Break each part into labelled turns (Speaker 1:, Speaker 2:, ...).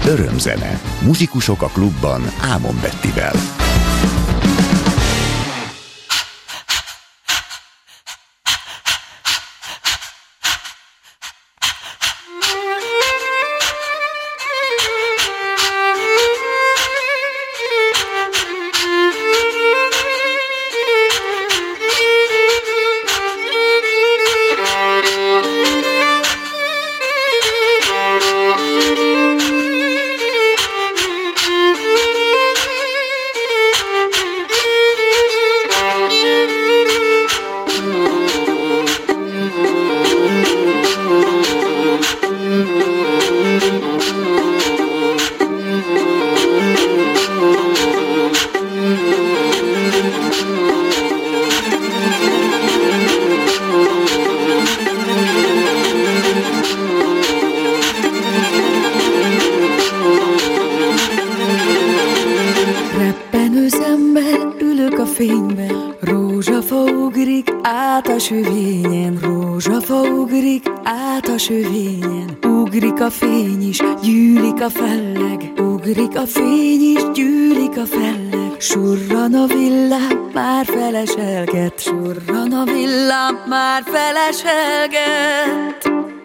Speaker 1: Örömzene. Muzsikusok a klubban Ámon Bettivel.
Speaker 2: Ugrik a fény is, gyűlik a felleg, ugrik a fény is, gyűlik a felleg. Surran a villám, már feleselget, surran a villám, már feleselget.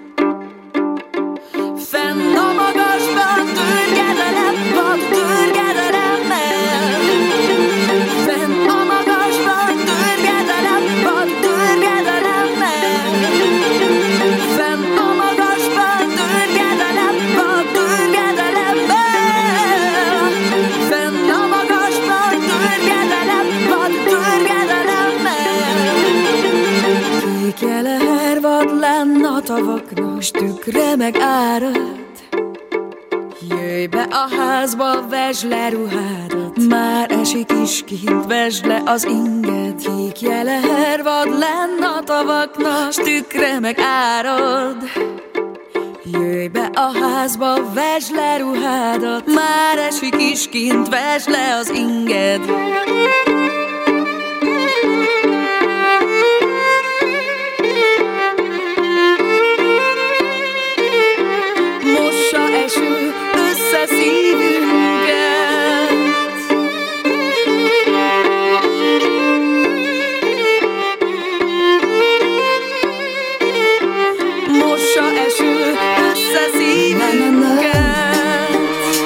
Speaker 2: Fenn a magasban törgedelem, vad törgedelemmel. Fenn a magasban törgedelem, vad törgedelemmel. Fenn a magasban törgedelem, vad törgedelemmel. Fenn a magasban törgedelem, vad törgedelemmel. Kék jeleher vad lenn a tavaknak, s tükre meg árad. Jöjj be a házba, vesd le ruhádat, már esik is kint, vesd le az inged. Kék jeleher vad lenn a tavaknak, s tükre meg árad. Jöjj be a házba, vesd le ruhádat, már esik is kint, vesd le az inged. Mossa eső össze szívünket. Mossa eső össze szívünket.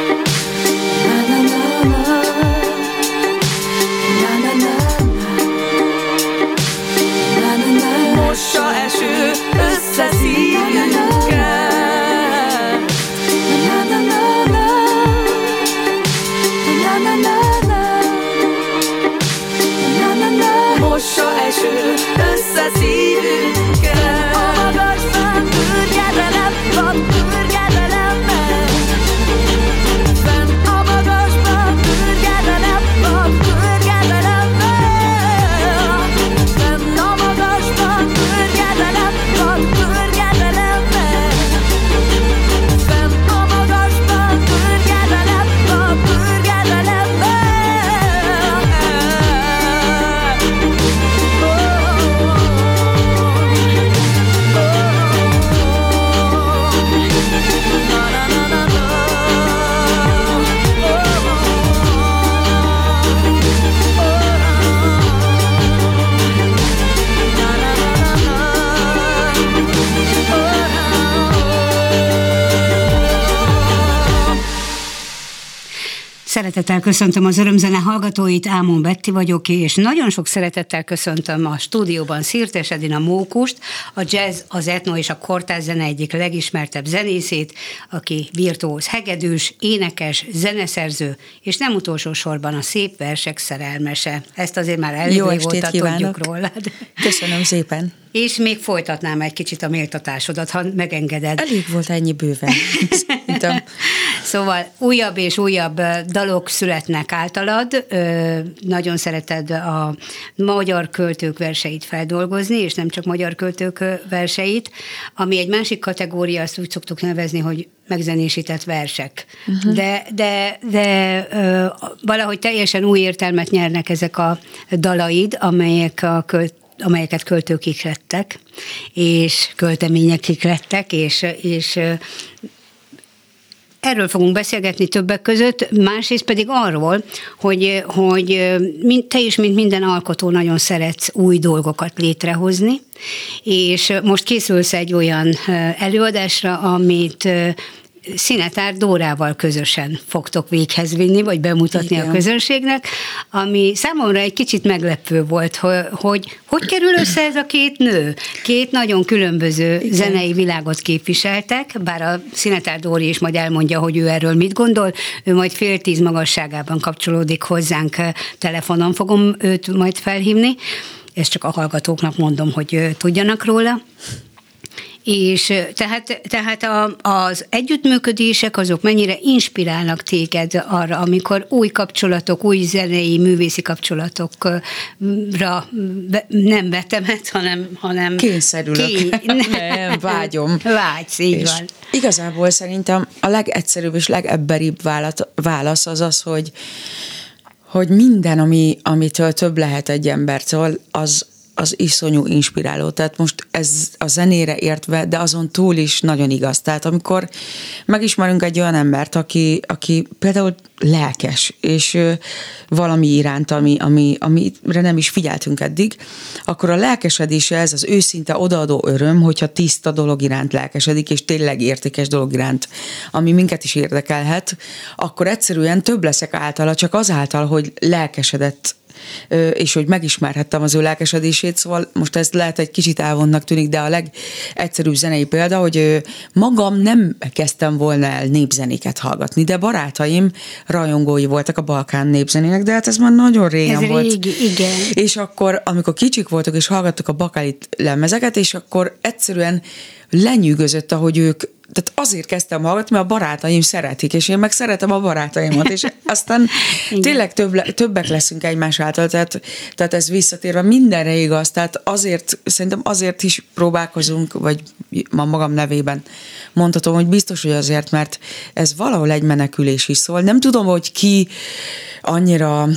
Speaker 2: Mossa eső össze szívünket. Mossa eső össze szívünket. A magasban törgedelem, vad törgedelemmel. Fenn a magasban törgedelem, vad törgedelemmel. Fenn a magasban törgedelem, vad törgedelemmel. Fenn a magasban törgedelem, vad törgedelemmel.
Speaker 3: Szeretettel köszöntöm az Örömzene hallgatóit, Ámon Betti vagyok, és nagyon sok szeretettel köszöntöm a stúdióban Szirtes Edina Mókust, a jazz, az etno és a kortárs zene egyik legismertebb zenészét, aki virtuóz hegedűs, énekes, zeneszerző, és nem utolsó sorban a szép versek szerelmese. Ezt azért már elég régóta tudjuk rólad.
Speaker 2: Köszönöm szépen.
Speaker 3: És még folytatnám egy kicsit a méltatásodat, ha megengeded.
Speaker 2: Elég volt ennyi bőven.
Speaker 3: Szóval újabb és újabb dalok születnek általad, nagyon szereted a magyar költők verseit feldolgozni, és nem csak magyar költők verseit, ami egy másik kategória, azt úgy szoktuk nevezni, hogy megzenésített versek. De valahogy teljesen új értelmet nyernek ezek a dalaid, amelyeket költők ihlettek, és költemények ihlettek, és erről fogunk beszélgetni többek között, másrészt pedig arról, hogy te is, mint minden alkotó nagyon szeretsz új dolgokat létrehozni, és most készülsz egy olyan előadásra, amit Szinetár Dórával közösen fogtok véghez vinni, vagy bemutatni a közönségnek, ami számomra egy kicsit meglepő volt, hogy kerül össze ez a két nő. Két nagyon különböző zenei világot képviseltek, bár a Szinetár Dóri is majd elmondja, hogy ő erről mit gondol, ő majd 9:30 magasságában kapcsolódik hozzánk, telefonon fogom őt majd felhívni, ezt csak a hallgatóknak mondom, hogy tudjanak róla. És tehát az együttműködések azok mennyire inspirálnak téged arra, amikor új kapcsolatok, új zenei, művészi kapcsolatokra nem vetemet, hanem
Speaker 4: kényszerülök. Nem, vágyom.
Speaker 3: Vágysz, így
Speaker 4: és
Speaker 3: van.
Speaker 4: Igazából szerintem a legegyszerűbb és legebberibb válasz az, hogy minden, amitől több lehet egy embertől, az iszonyú inspiráló. Tehát most ez a zenére értve, de azon túl is nagyon igaz. Tehát amikor megismerünk egy olyan embert, aki például lelkes, és valami iránt, amire nem is figyeltünk eddig, akkor a lelkesedése, ez az őszinte odaadó öröm, hogyha tiszta dolog iránt lelkesedik, és tényleg értékes dolog iránt, ami minket is érdekelhet, akkor egyszerűen több leszek általa, csak azáltal, hogy lelkesedett, és hogy megismerhettem az ő lelkesedését, szóval most ez lehet egy kicsit elvonnak tűnik, de a legegyszerűbb zenei példa, hogy magam nem kezdtem volna el népzenéket hallgatni, de barátaim rajongói voltak a balkán népzenének, de hát ez már nagyon régen volt.
Speaker 3: Régi, igen.
Speaker 4: És akkor, amikor kicsik voltak, és hallgattuk a Bakalit lemezeket, és akkor egyszerűen lenyűgözött, ahogy ők, tehát azért kezdtem hallgatni, mert a barátaim szeretik, és én meg szeretem a barátaimat, és aztán tényleg többek leszünk egymás által, tehát ez visszatérve mindenre igaz, tehát szerintem azért is próbálkozunk, vagy ma magam nevében mondhatom, hogy biztos, hogy azért, mert ez valahol egy menekülés is szól. Nem tudom, hogy ki annyira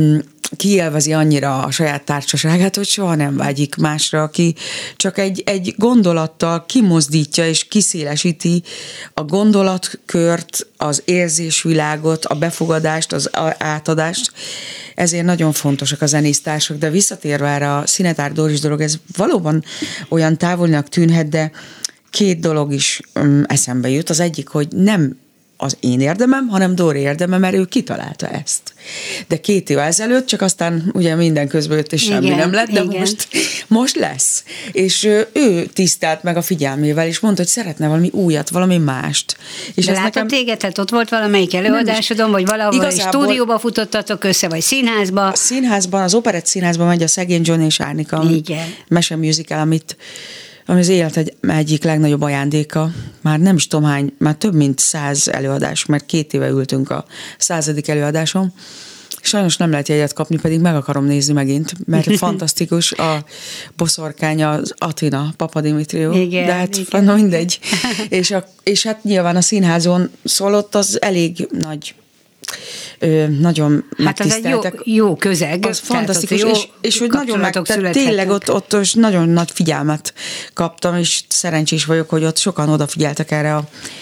Speaker 4: kiélvezi annyira a saját társaságát, hogy soha nem vágyik másra, aki csak egy gondolattal kimozdítja és kiszélesíti a gondolatkört, az érzésvilágot, a befogadást, az átadást. Ezért nagyon fontosak a zenésztársak, de visszatérve erre a Szinetár Dóris dolog, ez valóban olyan távolinak tűnhet, de két dolog is eszembe jut. Az egyik, hogy nem az én érdemem, hanem Dóri érdemem, mert ő kitalálta ezt. De 2 év ezelőtt, csak aztán ugye minden közben jött, és semmi nem lett, de most lesz. És ő tisztelt meg a figyelmével, és mondta, hogy szeretne valami újat, valami mást. És
Speaker 3: de látott téged, tehát ott volt valamelyik előadásodon, vagy valahol stúdióba futottatok össze, vagy színházba?
Speaker 4: A színházban, az Operett Színházban megy a Szegény Johnny és Árnika mese musical, ami az élet egyik legnagyobb ajándéka. Már nem is tudom hány, már több mint 100 előadás, mert 2 éve ültünk a 100. előadáson. Sajnos nem lehet jegyet kapni, pedig meg akarom nézni megint, mert fantasztikus a boszorkány, az Atina Papadimitriou.
Speaker 3: Igen,
Speaker 4: de hát na mindegy. és hát nyilván a színházon szólott, az elég nagy, nagyon megtiszteltek.
Speaker 3: Hát az egy jó közeg.
Speaker 4: Az fantasztikus, és hogy nagyon tényleg ott nagyon nagy figyelmet kaptam, és szerencsés vagyok, hogy ott sokan odafigyeltek erre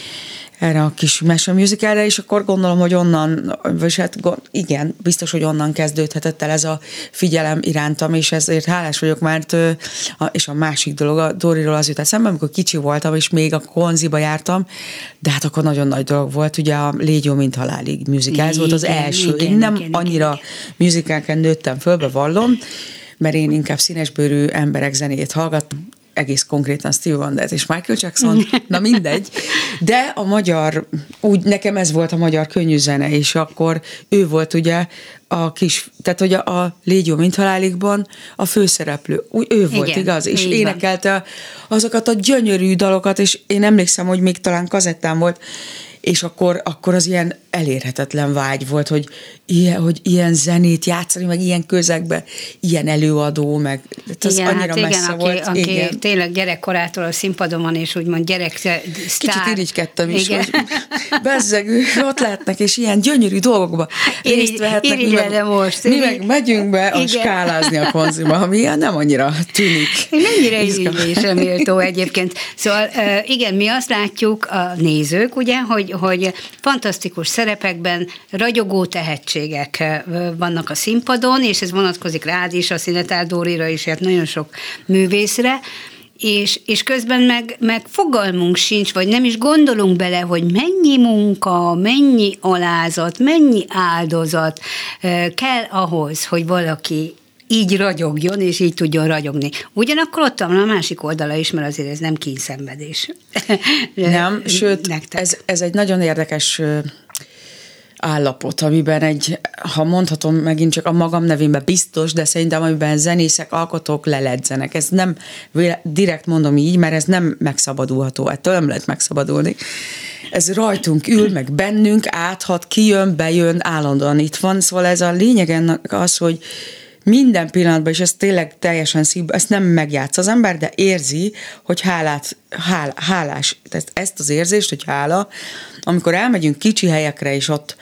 Speaker 4: a kis mese musicalre, és akkor gondolom, hogy onnan, vagy hát igen, biztos, hogy onnan kezdődhetett el ez a figyelem irántam, és ezért hálás vagyok, mert és a másik dolog, a Dóriról az jut eszembe, amikor kicsi voltam, és még a Konziba jártam, de hát akkor nagyon nagy dolog volt, ugye a Légy jó, mint halálig musical, ez volt az első. Én nem annyira musicalken nőttem föl, bevallom, mert én inkább színesbőrű emberek zenéjét hallgattam, egész konkrétan Stevie Wondert és Michael Jackson, na mindegy, de a magyar, úgy nekem ez volt a magyar könnyű zene, és akkor ő volt ugye a kis, tehát hogy a Légy jó, mint haláligban a főszereplő, ő volt, igen, igaz? És énekelte azokat a gyönyörű dalokat, és én emlékszem, hogy még talán kazettán volt, és akkor az ilyen elérhetetlen vágy volt, hogy ilyen zenét játszani, meg ilyen közegbe, ilyen előadó, meg ez
Speaker 3: igen,
Speaker 4: annyira
Speaker 3: hát
Speaker 4: messze volt.
Speaker 3: Aki tényleg gyerekkorától a színpadon van, és úgymond sztár.
Speaker 4: Kicsit irigykedtem is, hogy bezzegő, ott lehetnek, és ilyen gyönyörű dolgokba részt vehetnek, mi
Speaker 3: de most.
Speaker 4: Mi meg megyünk be a skálázni a konziba, ami nem annyira tűnik.
Speaker 3: Mennyire ízlésre méltó egyébként. Szóval igen, mi azt látjuk, a nézők, ugye, hogy fantasztikus szerepekben ragyogó tehetségek vannak a színpadon, és ez vonatkozik rád is, a Szinetár Dórira is, hát nagyon sok művészre, és közben meg fogalmunk sincs, vagy nem is gondolunk bele, hogy mennyi munka, mennyi alázat, mennyi áldozat kell ahhoz, hogy valaki így ragyogjon, és így tudjon ragyogni. Ugyanakkor ott van a másik oldala is, mert azért ez nem kényszenvedés.
Speaker 4: Nem, sőt, ez egy nagyon érdekes állapot, amiben ha mondhatom megint csak a magam nevében biztos, de szerintem amiben zenészek, alkotók leledzenek. Ez nem, direkt mondom így, mert ez nem megszabadulható, ettől nem lehet megszabadulni. Ez rajtunk ül, meg bennünk áthat, kijön, bejön, állandóan itt van, szóval ez a lényeg ennek az, hogy minden pillanatban, és ez tényleg teljesen szívben, ezt nem megjátsz az ember, de érzi, hogy hálás. Tehát ezt az érzést, hogy hála, amikor elmegyünk kicsi helyekre, és ott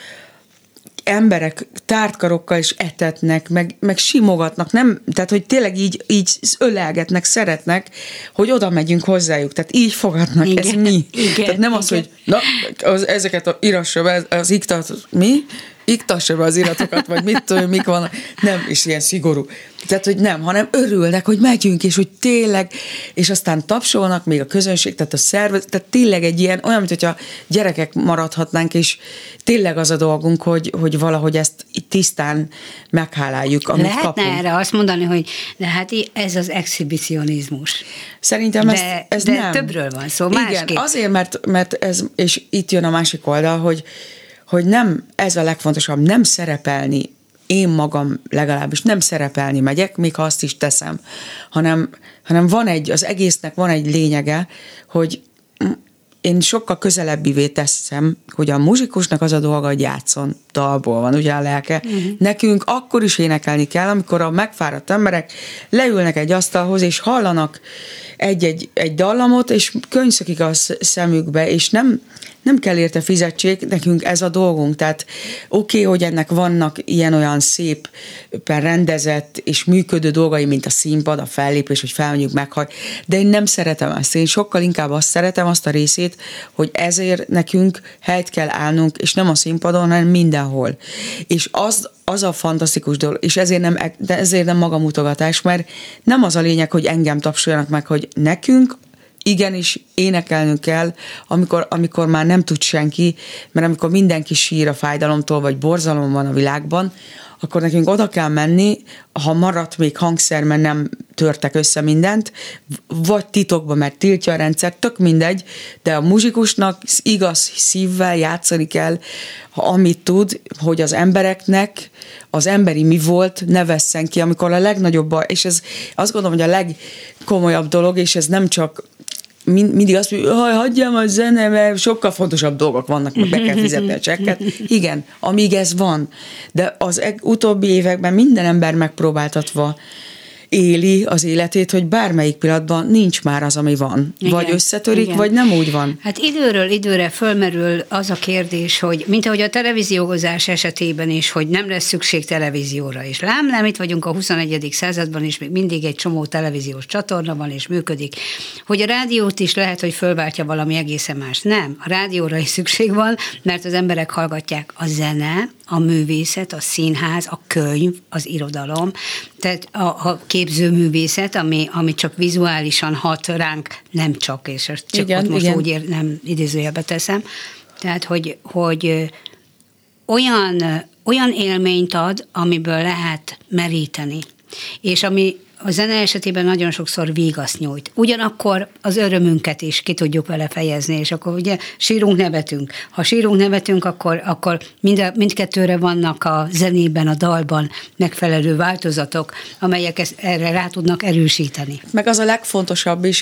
Speaker 4: emberek tártkarokkal is etetnek, meg simogatnak, nem, tehát hogy tényleg így ölelgetnek, szeretnek, hogy oda megyünk hozzájuk, tehát így fogadnak, igen, ez mi. Igen, tehát nem az, hogy na, ezeket írassa be, az iktassa be az iratokat, vagy mit tudom, mik vannak, nem, és ilyen szigorú. Tehát, hogy nem, hanem örülnek, hogy megyünk, és hogy tényleg, és aztán tapsolnak még a közönség, tehát a szervez, tehát tényleg egy ilyen, olyan, mint hogyha gyerekek maradhatnánk, és tényleg az a dolgunk, hogy valahogy ezt tisztán megháláljuk, amit
Speaker 3: lehetne
Speaker 4: kapunk.
Speaker 3: Lehetne erre azt mondani, hogy de hát ez az exhibicionizmus.
Speaker 4: Szerintem ez
Speaker 3: de
Speaker 4: nem.
Speaker 3: Többről van szó, másképp.
Speaker 4: Igen, azért, mert ez, és itt jön a másik oldal, hogy nem, ez a legfontosabb, nem szerepelni, én magam legalábbis nem szerepelni megyek, még ha azt is teszem, hanem az egésznek van egy lényege, hogy én sokkal közelebbivé teszem, hogy a muzsikusnak az a dolga, hogy játszon, dalból van ugye a lelke. Nekünk akkor is énekelni kell, amikor a megfáradt emberek leülnek egy asztalhoz, és hallanak egy dallamot, és könyszökik a szemükbe, és nem kell érte fizetség, nekünk ez a dolgunk. Tehát oké, hogy ennek vannak ilyen-olyan szépen rendezett és működő dolgai, mint a színpad, a fellépés, hogy felmondjuk meghaj, de én nem szeretem ezt. Én sokkal inkább azt szeretem, azt a részét, hogy ezért nekünk helyt kell állnunk, és nem a színpadon, hanem mindenhol. És az a fantasztikus dolog, és ezért nem magamutogatás, mert nem az a lényeg, hogy engem tapsoljanak meg, hogy nekünk igenis énekelnünk kell, amikor már nem tud senki, mert amikor mindenki sír a fájdalomtól, vagy borzalom van a világban, akkor nekünk oda kell menni, ha maradt még hangszer, mert nem törtek össze mindent, vagy titokban, mert tiltja a rendszer, tök mindegy, de a muzsikusnak igaz szívvel játszani kell, amit tud, hogy az embereknek az emberi mi volt, ne vesszen ki, amikor a legnagyobb, és ez azt gondolom, hogy a legkomolyabb dolog, és ez nem csak mindig azt mondja, hogy hagyjam a zene, mert sokkal fontosabb dolgok vannak, meg be kell fizetni a csekket. Igen, amíg ez van. De az utóbbi években minden ember megpróbáltatva éli az életét, hogy bármelyik pillanatban nincs már az, ami van. Igen, vagy összetörik, igen, vagy nem úgy van.
Speaker 3: Hát időről időre fölmerül az a kérdés, hogy mint ahogy a televíziózás esetében is, hogy nem lesz szükség televízióra is. Lám, itt vagyunk a 21. században, és még mindig egy csomó televíziós csatorna van, és működik. Hogy a rádiót is lehet, hogy fölváltja valami egészen más. Nem, a rádióra is szükség van, mert az emberek hallgatják a zene, a művészet, a színház, a könyv, az irodalom, tehát a képzőművészet, ami csak vizuálisan hat ránk, nem csak, és csak igen, ott most igen, úgy nem idézőjelbe teszem, tehát hogy olyan élményt ad, amiből lehet meríteni, és ami a zene esetében nagyon sokszor vígaszt nyújt. Ugyanakkor az örömünket is ki tudjuk vele fejezni, és akkor ugye sírunk, nevetünk. Ha sírunk, nevetünk, akkor mindkettőre vannak a zenében, a dalban megfelelő változatok, amelyek erre rá tudnak erősíteni.
Speaker 4: Meg az a legfontosabb is,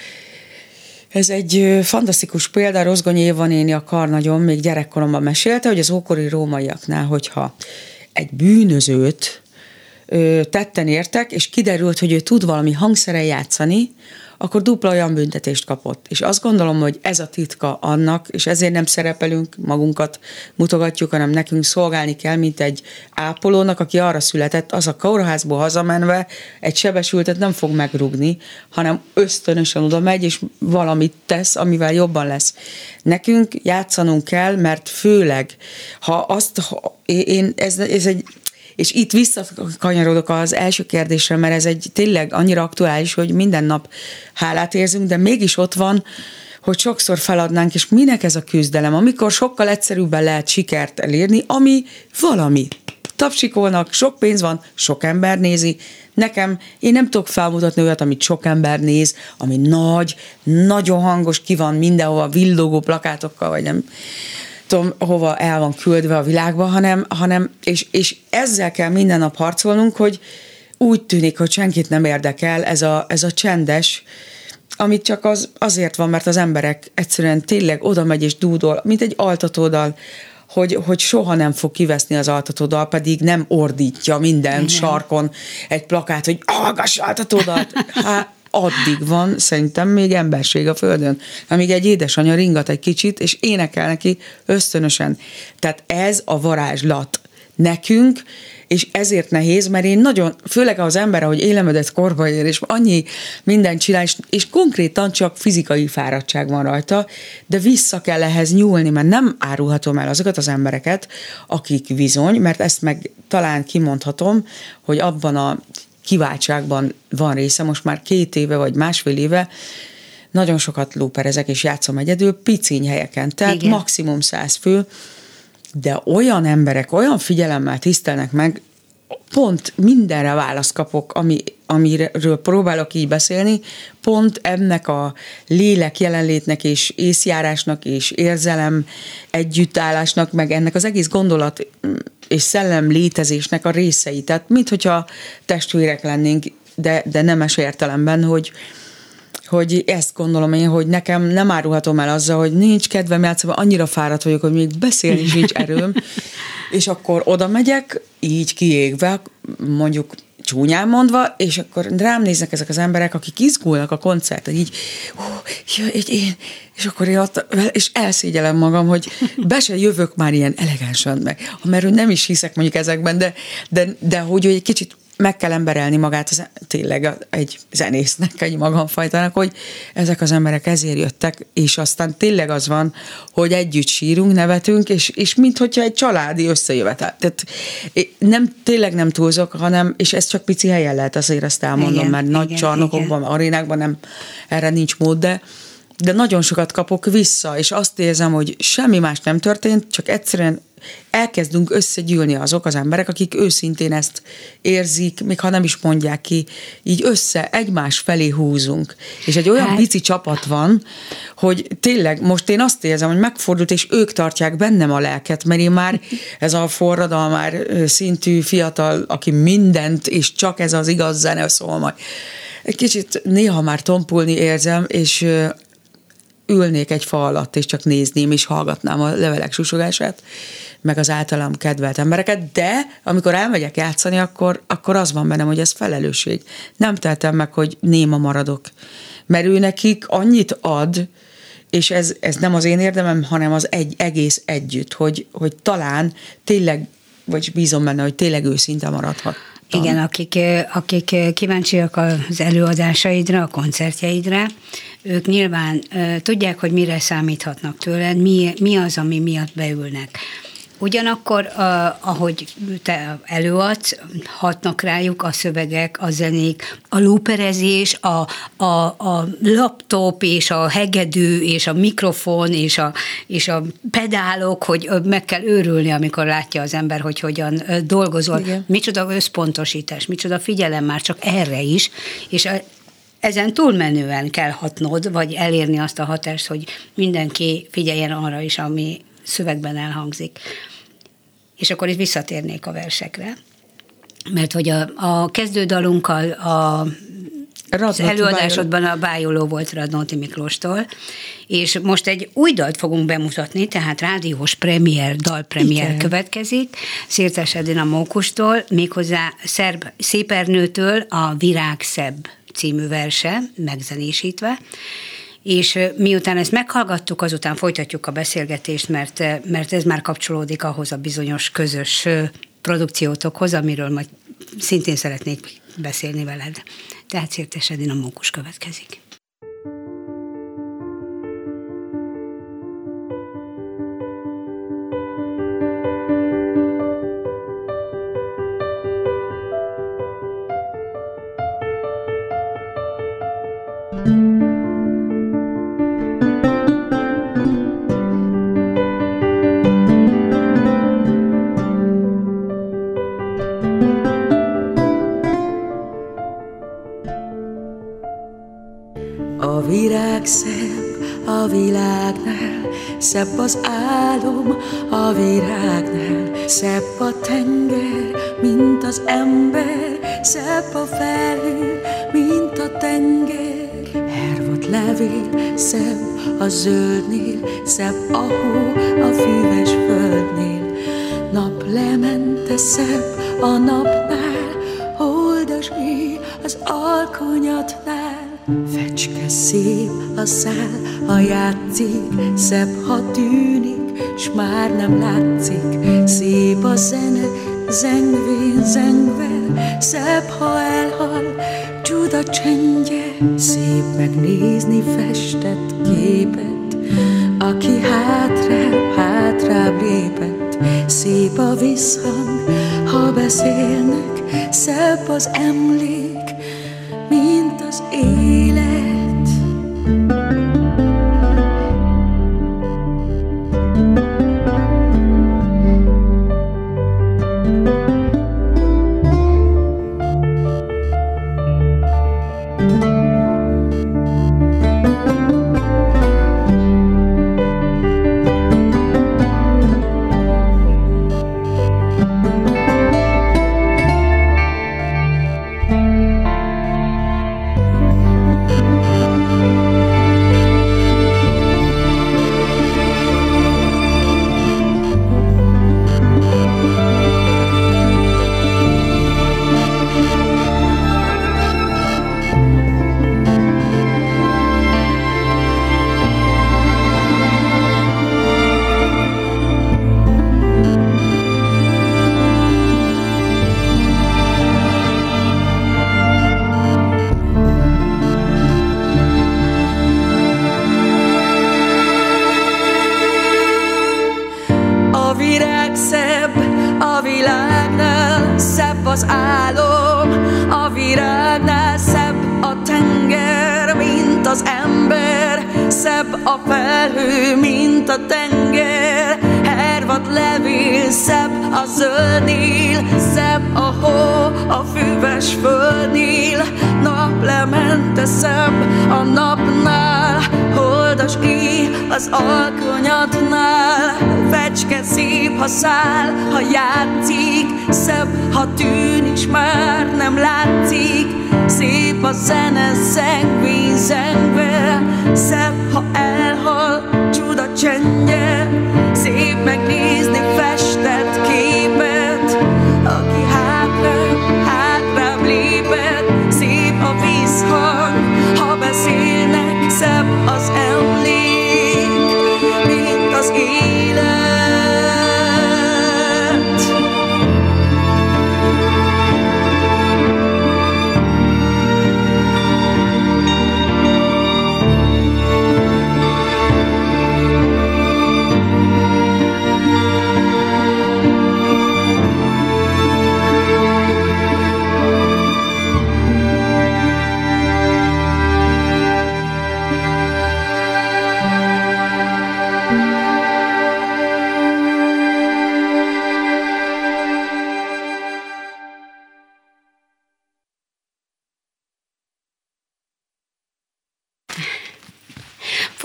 Speaker 4: ez egy fantasztikus példa, Rozgonyi Éva néni, a karnagyom még gyerekkoromban mesélte, hogy az ókori rómaiaknál, hogyha egy bűnözőt tetten értek, és kiderült, hogy ő tud valami hangszeren játszani, akkor dupla olyan büntetést kapott. És azt gondolom, hogy ez a titka annak, és ezért nem szerepelünk, magunkat mutogatjuk, hanem nekünk szolgálni kell, mint egy ápolónak, aki arra született, az a kórházból hazamenve egy sebesültet nem fog megrugni, hanem ösztönösen oda megy, és valamit tesz, amivel jobban lesz. Nekünk játszanunk kell, mert főleg, ez egy. És itt visszakanyarodok az első kérdésre, mert ez egy tényleg annyira aktuális, hogy minden nap hálát érzünk, de mégis ott van, hogy sokszor feladnánk, és minek ez a küzdelem, amikor sokkal egyszerűbben lehet sikert elérni, ami valami. Tapsikolnak, sok pénz van, sok ember nézi. Nekem, én nem tudok felmutatni olyat, amit sok ember néz, ami nagy, nagyon hangos, ki van mindenhova villogó plakátokkal, vagy nem tudom, hova el van küldve a világba, hanem és ezzel kell minden nap harcolnunk, hogy úgy tűnik, hogy senkit nem érdekel ez a csendes, amit csak azért van, mert az emberek egyszerűen tényleg oda megy és dúdol, mint egy altatódal, hogy soha nem fog kiveszni az altatódal, pedig nem ordítja minden sarkon egy plakát, hogy hallgass altatódalt! Hát addig van szerintem még emberség a földön, amíg egy édesanyja ringat egy kicsit, és énekel neki ösztönösen. Tehát ez a varázslat nekünk, és ezért nehéz, mert én nagyon, főleg az ember, ahogy élemedett korba ér, és annyi mindent csinál, és konkrétan csak fizikai fáradtság van rajta, de vissza kell ehhez nyúlni, mert nem árulhatom el azokat az embereket, akik bizony, mert ezt meg talán kimondhatom, hogy abban a kiváltságban van része, most már 2 éve vagy másfél éve, nagyon sokat lóperezek és játszom egyedül, piciny helyeken, tehát igen, maximum 100 fő, de olyan emberek, olyan figyelemmel tisztelnek meg, pont mindenre választ kapok, amiről próbálok így beszélni, pont ennek a lélek jelenlétnek és észjárásnak és érzelem együttállásnak, meg ennek az egész gondolat és szellem létezésnek a részei. Tehát minthogyha testvérek lennénk, de nemes értelemben, hogy ezt gondolom én, hogy nekem nem árulhatom el azzal, hogy nincs kedvem játszani, annyira fáradt vagyok, hogy még beszélni is nincs erőm, és akkor oda megyek, így kiégve, mondjuk csúnyán mondva, és akkor rám néznek ezek az emberek, akik izgulnak a koncerten, így, és akkor én ott, és elszégyelem magam, hogy be se jövök már ilyen elegánsan meg, mert nem is hiszek mondjuk ezekben, de hogy egy kicsit meg kell emberelni magát tényleg egy zenésznek, egy magamfajtának, hogy ezek az emberek ezért jöttek, és aztán tényleg az van, hogy sírunk, nevetünk, és minthogyha egy családi összejövetel. Tehát tényleg nem túlzok, hanem, és ez csak pici helyen lehet, azért azt elmondom, igen, mert nagy csarnokokban, arénákban nem, erre nincs mód, de nagyon sokat kapok vissza, és azt érzem, hogy semmi más nem történt, csak egyszerűen elkezdünk összegyűlni azok az emberek, akik őszintén ezt érzik, még ha nem is mondják ki, így egymás felé húzunk. És egy olyan pici csapat van, hogy tényleg most én azt érzem, hogy megfordult, és ők tartják bennem a lelket, mert én már ez a forradalmár szintű fiatal, aki mindent, és csak ez az igaz zene szól majd. Egy kicsit néha már tompulni érzem, és ülnék egy fa alatt, és csak nézném, és hallgatnám a levelek susogását, meg az általam kedvelt embereket, de amikor elmegyek játszani, akkor az van bennem, hogy ez felelősség. Nem tehetem meg, hogy néma maradok. Mert ő nekik annyit ad, és ez nem az én érdemem, hanem az egész együtt, hogy talán tényleg, vagy bízom benne, hogy tényleg őszinte maradhat.
Speaker 3: Igen, akik kíváncsiak az előadásaidra, a koncertjeidre, ők nyilván tudják, hogy mire számíthatnak tőled, mi az, ami miatt beülnek. Ugyanakkor, ahogy te előadsz, hatnak rájuk a szövegek, a zenék, a looperezés, a laptop, és a hegedű, és a mikrofon, és a pedálok, hogy meg kell őrülni, amikor látja az ember, hogy hogyan dolgozol. Igen. Micsoda összpontosítás, micsoda figyelem már csak erre is, és ezen túlmenően kell hatnod, vagy elérni azt a hatást, hogy mindenki figyeljen arra is, ami szövegben elhangzik. És akkor itt visszatérnék a versekre, mert hogy a kezdődalunkkal Az előadásodban a bájoló volt Radnóti Miklóstól, és most egy új dalt fogunk bemutatni, tehát rádiós premier, dalpremier következik, Szirtes Edina Mókustól, méghozzá Szerb Szépernőtől a Virág szebb című verse, megzenésítve, és miután ezt meghallgattuk, azután folytatjuk a beszélgetést, mert ez már kapcsolódik ahhoz a bizonyos közös produkciótokhoz, amiről majd szintén szeretnék beszélni veled. Tehát Szirtes Edina Mókus következik.
Speaker 2: A virág szebb a világnál, szebb az álom a virágnál, szebb a tenger, mint az ember, szebb a felhő, mint a tenger. Hervadt levél, szebb a zöldnél, szebb a hó a füves földnél. Naplemente szebb a napnál, holdas éj az alkonyatnál. Fecske szép a szál, ha játszik, szebb, ha tűnik, s már nem látszik. Szép a zene, zengvén, zengve, szebb, ha elhal, csuda csendje. Szép megnézni festett képet, aki hátrább lépett. Szép a visszhang, ha beszélnek, szebb az emlék, mint az élet. Az álom a virágnál, szebb a tenger, mint az ember, szebb a felhő, mint a tenger. Hervadt levél, szebb a zöldnél, szebb a hó a füves földnél. Naplemente szebb a napnál, holdas éj az alkonyatnál. Fecske szép, ha száll, ha játszik, szebb, ha tűn is már nem látszik. Szép a zene, zengvén, zengve, szebb, ha elhal, csuda csendje. Szép megnézni festett képet, aki hátrább lépett. Szép a vízhang, ha beszélnek, szebb az emlék, mint az élet.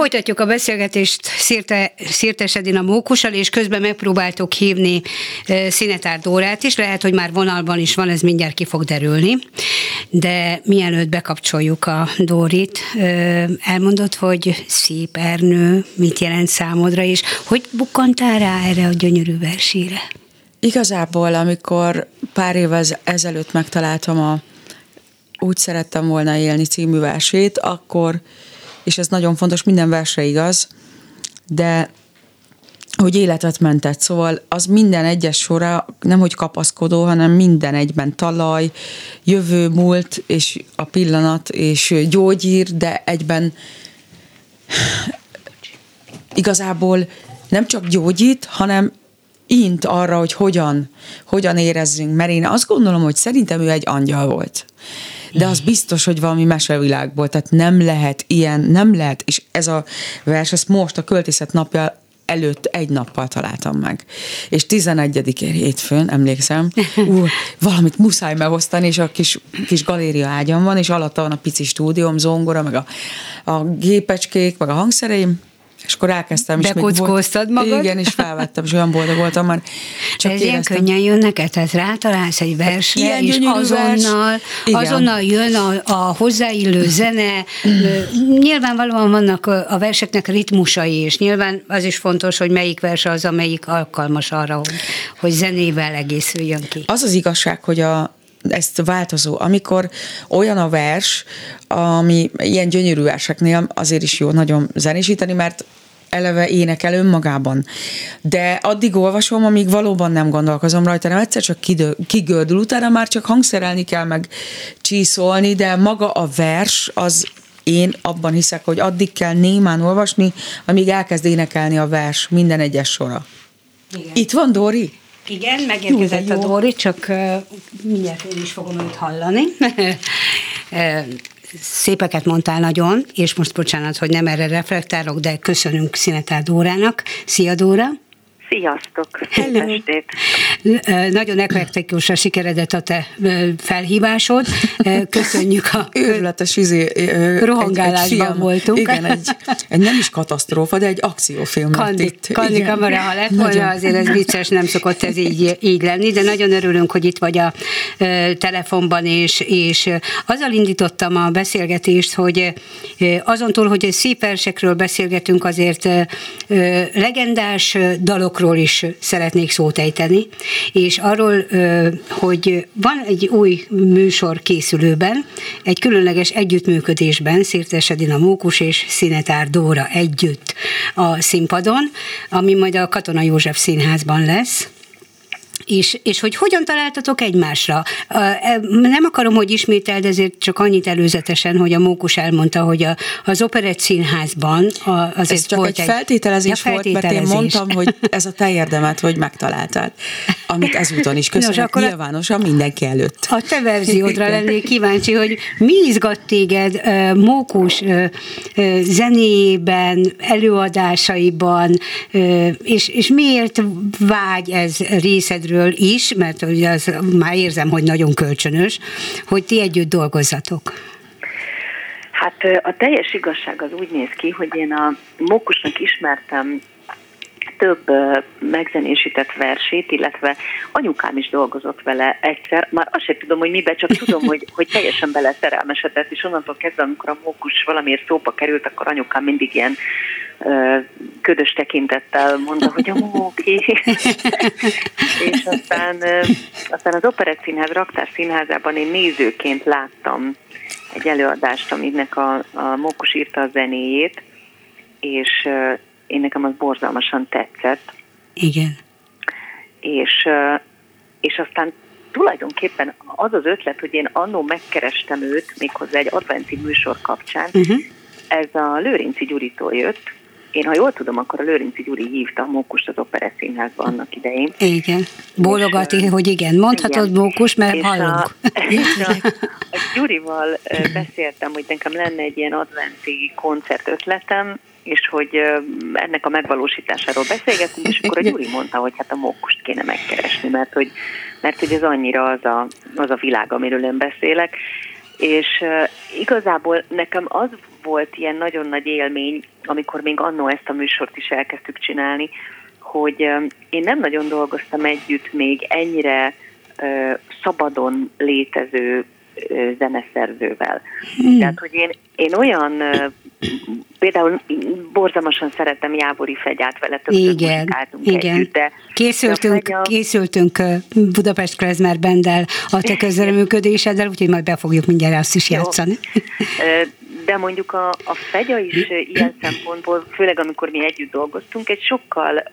Speaker 3: Folytatjuk a beszélgetést Szirtes Edina Mókussal, és közben megpróbáltuk hívni Szinetár Dórát is, lehet, hogy már vonalban is van, ez mindjárt ki fog derülni, de mielőtt bekapcsoljuk a Dórit, elmondod, hogy szép Ernő mit jelent számodra, és hogy bukkantál rá erre a gyönyörű versére?
Speaker 4: Igazából, amikor pár évvel ezelőtt megtaláltam Úgy szerettem volna élni című versét, akkor, és ez nagyon fontos, minden versre igaz, de hogy életet mentett, szóval az minden egyes sora nem hogy kapaszkodó, hanem minden egyben talaj, jövő, múlt, és a pillanat, és gyógyír, de egyben igazából nem csak gyógyít, hanem int arra, hogy hogyan érezzünk, mert én azt gondolom, hogy szerintem ő egy angyal volt. De az biztos, hogy valami mesevilágból, tehát nem lehet ilyen, nem lehet, és ez a vers, ezt most a költészet napja előtt egy nappal találtam meg. És 11-én hétfőn, emlékszem, valamit muszáj megosztani, és a kis galéria ágyam van, és alatta van a pici stúdióm, zongora, meg a gépecskék, meg a hangszereim, és akkor elkezdtem is.
Speaker 3: Bekockóztad magad?
Speaker 4: Igen, és felvettem, és olyan boldog voltam már.
Speaker 3: Csak ez ilyen könnyen jön neked, tehát rátalálsz egy versre,
Speaker 4: ilyen
Speaker 3: és azonnal jön a hozzáillő zene. Nyilvánvalóan vannak a verseknek ritmusai, és nyilván az is fontos, hogy melyik vers az, amelyik alkalmas arra, hogy zenével egészüljön ki.
Speaker 4: Az az igazság, hogy ezt változó. Amikor olyan a vers, ami ilyen gyönyörű verseknél azért is jó nagyon zenésíteni, mert eleve énekel önmagában. De addig olvasom, amíg valóban nem gondolkozom rajta, nem egyszer csak kigördül, utána már csak hangszerelni kell, meg csiszolni, de maga a vers, az én abban hiszek, hogy addig kell némán olvasni, amíg elkezd énekelni a vers minden egyes sora.
Speaker 3: Igen.
Speaker 4: Itt van Dóri?
Speaker 3: Igen, megérkezett a Dóri, csak mindjárt én is fogom őt hallani. Szépeket mondtál nagyon, és most bocsánat, hogy nem erre reflektálok, de köszönünk Szinetár Dórának. Szia, Dóra!
Speaker 5: Sziasztok! Szép estét!
Speaker 3: Nagyon eklektikusra sikeredett a te felhívásod. Köszönjük a
Speaker 4: őrületes
Speaker 3: rohangálásban voltunk.
Speaker 4: Igen, egy nem is katasztrófa, de egy akciófilm.
Speaker 3: Kandi kamera, ha lett volna, azért ez vicces, nem szokott ez így lenni, de nagyon örülünk, hogy itt vagy a telefonban, és azzal indítottam a beszélgetést, hogy azon túl, hogy szép versekről beszélgetünk, azért legendás dalokról is szeretnék szót ejteni, és arról, hogy van egy új műsor készülőben, egy különleges együttműködésben Szirtes Edina Mókus és Szinetár Dóra együtt a színpadon, ami majd a Katona József Színházban lesz. És hogy hogyan találtatok egymásra? Nem akarom, hogy ismételd, ezért csak annyit előzetesen, hogy a Mókus elmondta, hogy az Operett Színházban azért
Speaker 4: ez csak
Speaker 3: volt
Speaker 4: egy feltételezés volt, mert én mondtam, hogy ez a te érdemed, hogy megtaláltál, amit ezúton is köszönök nyilvánosan mindenki előtt.
Speaker 3: A te verziódra lennék kíváncsi, hogy mi izgat téged Mókus zenéjében, előadásaiban, és miért vágy ez részedről is, mert az, már érzem, hogy nagyon kölcsönös, hogy ti együtt dolgozzatok.
Speaker 5: Hát a teljes igazság az úgy néz ki, hogy én a Mókusnak ismertem több megzenésített versét, illetve anyukám is dolgozott vele egyszer. Már azt sem tudom, hogy miben, csak tudom, hogy teljesen beleszerelmesedett, és onnantól kezdve, amikor a Mókus valamiért szóba került, akkor anyukám mindig ilyen ködös tekintettel mondta, hogy a Móki. És aztán az Operett Színház Raktár Színházában én nézőként láttam egy előadást, aminek a Mókus írta a zenéjét, és én nekem az borzalmasan tetszett.
Speaker 3: Igen.
Speaker 5: És aztán tulajdonképpen az az ötlet, hogy én annó megkerestem őt, méghozzá egy adventi műsor kapcsán, ez a Lőrinci Gyuritól jött. Én, ha jól tudom, akkor a Lőrinci Gyuri hívta a Mókust az Operett Színházba annak idején.
Speaker 3: Igen. Bólogatni, hogy igen. Mondhatod, igen. Mókus, mert és hallunk.
Speaker 5: A Gyurival beszéltem, hogy nekem lenne egy ilyen adventi koncert ötletem, és hogy ennek a megvalósításáról beszélgetünk, és akkor a Gyuri mondta, hogy hát a Mókust kéne megkeresni, mert hogy ez annyira az a világ, amiről én beszélek, És igazából nekem az volt ilyen nagyon nagy élmény, amikor még annó ezt a műsort is elkezdtük csinálni, hogy én nem nagyon dolgoztam együtt még ennyire szabadon létező zeneszerzővel. Tehát, hogy én olyan, például borzalmasan szeretem Jávori Fegyát, vele többször muzsikáltunk együtt, de
Speaker 3: készültünk Budapest Klezmer Banddel a te közreműködéseddel, úgyhogy majd be fogjuk mindjárt azt is játszani.
Speaker 5: De mondjuk a Fegya is ilyen szempontból, főleg amikor mi együtt dolgoztunk, egy sokkal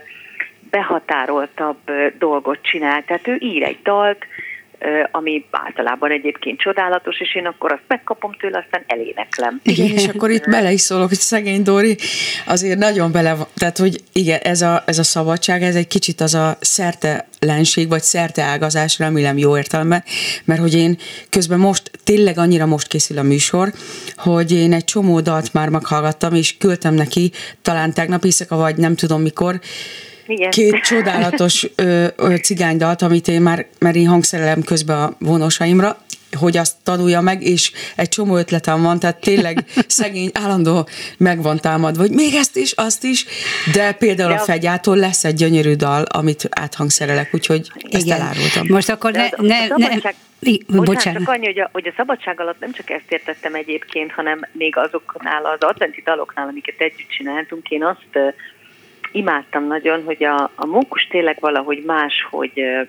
Speaker 5: behatároltabb dolgot csinál. Tehát ő ír egy dalt, ami általában egyébként csodálatos, és én akkor azt megkapom tőle, aztán eléneklem.
Speaker 4: Igen, és akkor itt bele is szólok, hogy szegény Dori azért nagyon bele, tehát hogy igen, ez a szabadság, ez egy kicsit az a szertelenség, vagy szerteágazás, remélem jó értelemben, mert hogy én közben most, tényleg annyira most készül a műsor, hogy én egy csomó dalt már meghallgattam, és küldtem neki, talán tegnap éjszaka, vagy nem tudom mikor, igen. 2 csodálatos cigánydalt, amit én mert én hangszerelem közben a vonosaimra, hogy azt tanulja meg, és egy csomó ötletem van, tehát tényleg szegény állandó meg van támadva, hogy még ezt is, azt is, de például a Fegyától lesz egy gyönyörű dal, amit áthangszerelek, úgyhogy ezt elárultam.
Speaker 3: Most akkor
Speaker 5: Bocsánat, csak annyi, hogy a szabadság alatt nem csak ezt értettem egyébként, hanem még azoknál az adventi daloknál, amiket együtt csináltunk, én azt imádtam nagyon, hogy a mókus tényleg valahogy máshogy,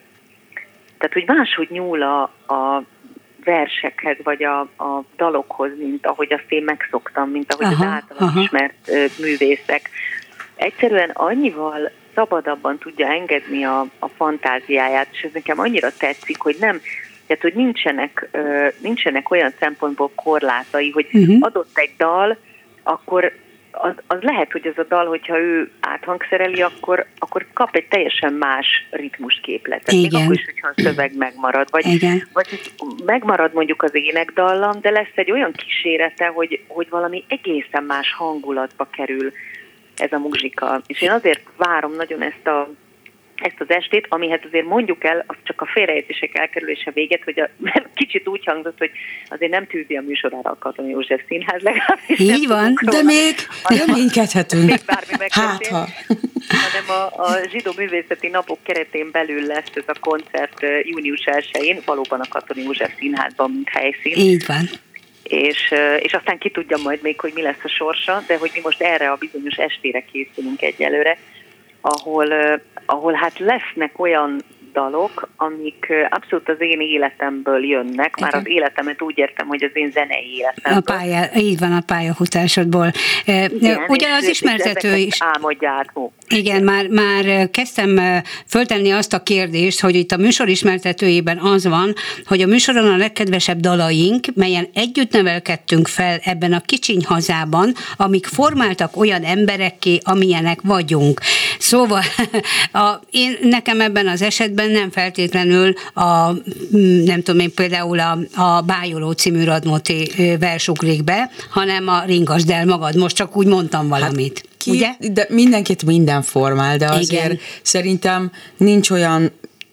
Speaker 5: tehát hogy máshogy nyúl a versekhez, vagy a dalokhoz, mint ahogy azt én megszoktam, mint ahogy az általam ismert művészek. Egyszerűen annyival szabadabban tudja engedni a fantáziáját, és ez nekem annyira tetszik, hogy nem, tehát hogy nincsenek olyan szempontból korlátai, hogy adott egy dal, akkor az lehet, hogy az a dal, hogyha ő áthangszereli, akkor kap egy teljesen más ritmusképletet. Még akkor is, hogyha a szöveg megmarad. Vagy megmarad mondjuk az énekdallam, de lesz egy olyan kísérete, hogy valami egészen más hangulatba kerül ez a muzsika. És én azért várom nagyon ezt az estét, amihez azért mondjuk el, az csak a félreértések elkerülése véget, hogy mert kicsit úgy hangzott, hogy azért nem tűzi a műsorára a Katona József Színház legalábbis.
Speaker 4: Így van, de még reménykedhetünk.
Speaker 5: Még bármi megtörtént. Hanem a Zsidó Művészeti Napok keretén belül lesz ez a koncert június 1-én, valóban a Katona József Színházban, mint helyszín.
Speaker 3: Így van.
Speaker 5: És aztán ki tudja majd még, hogy mi lesz a sorsa, de hogy mi most erre a bizonyos estére készülünk egyelőre, ahol hát lesznek olyan dalok, amik abszolút az én életemből jönnek. Már az életemet úgy értem, hogy az én zenei életemből.
Speaker 3: Így van, a pályafutásodból. Ugyan az ismertető is.
Speaker 5: Álmodjátok.
Speaker 3: Igen, már kezdtem föltenni azt a kérdést, hogy itt a műsor ismertetőjében az van, hogy a műsoron a legkedvesebb dalaink, melyen együtt nevelkedtünk fel ebben a kicsiny hazában, amik formáltak olyan emberekké, amilyenek vagyunk. Szóval nekem ebben az esetben nem feltétlenül nem tudom én, például a Bájoló című Radnóti vers ugrik be, hanem a Ringasd el magad. Most csak úgy mondtam valamit. Ugye?
Speaker 4: De mindenkit minden formál, de azért szerintem nincs olyan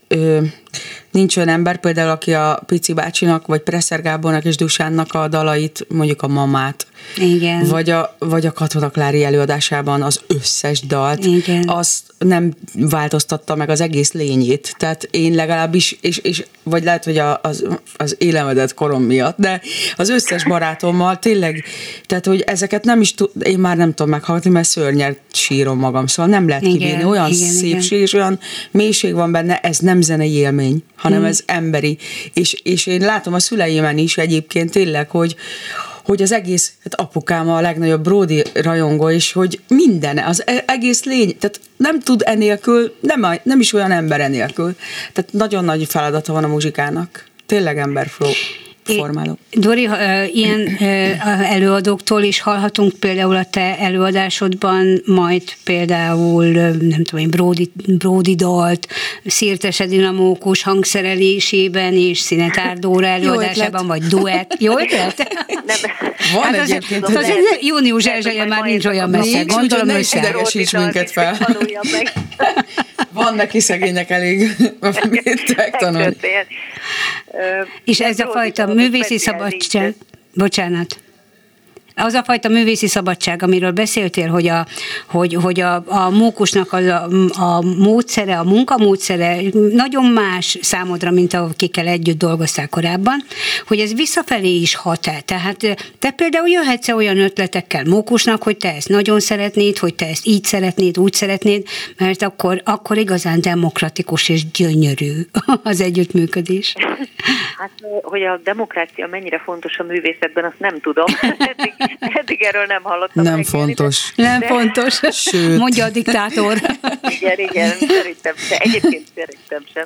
Speaker 4: ember, például aki a Pici bácsinak, vagy Presser Gábornak és Dusánnak a dalait, mondjuk a Mamát,
Speaker 3: igen.
Speaker 4: Vagy a Katona Klári előadásában az összes dalt, igen. Azt nem változtatta meg az egész lényét. Tehát én legalábbis, és vagy lehet, hogy az élemedett korom miatt, de az összes barátommal tényleg, tehát, hogy ezeket én már nem tudom meghallgatni, mert szörnyet sírom magam, szóval nem lehet kibírni. Olyan szépség és olyan mélység van benne, ez nem zenei élmény, hanem ez emberi. És én látom a szüleimen is egyébként tényleg, hogy az egész, hát apukám a legnagyobb Brody rajongó, és hogy minden, az egész lény, tehát nem tud enélkül, nem is olyan ember enélkül. Tehát nagyon nagy feladata van a muzsikának. Tényleg emberformáló.
Speaker 3: Dori, ilyen előadóktól is hallhatunk például a te előadásodban, majd például, nem tudom én, Brody dalt, Szirtes Edina Mókus hangszerelésében és Szinetár Dóra előadásában, vagy duett. Jó ötlet?
Speaker 4: Van egyébként.
Speaker 3: Június 1-je már nincs olyan messze. Gondolom,
Speaker 4: hogy ne idegesíts minket fel. Van neki szegénynek elég mit megtanulni.
Speaker 3: És ez a fajta művészi szabadság, bocsánat, az a fajta művészi szabadság, amiről beszéltél, hogy a mókusnak a módszere, a munkamódszere nagyon más számodra, mint akikkel együtt dolgoztál korábban, hogy ez visszafelé is hat-e. Tehát te például jöhetsz olyan ötletekkel mókusnak, hogy te ezt nagyon szeretnéd, hogy te ezt így szeretnéd, úgy szeretnéd, mert akkor igazán demokratikus és gyönyörű az együttműködés.
Speaker 5: Hát, hogy a demokrácia mennyire fontos a művészetben, azt nem tudom. Eddig erről nem hallottam.
Speaker 4: Nem fontos.
Speaker 3: Nem fontos. Sőt. Mondja a diktátor.
Speaker 5: Igen, szerintem, de egyébként szerintem sem.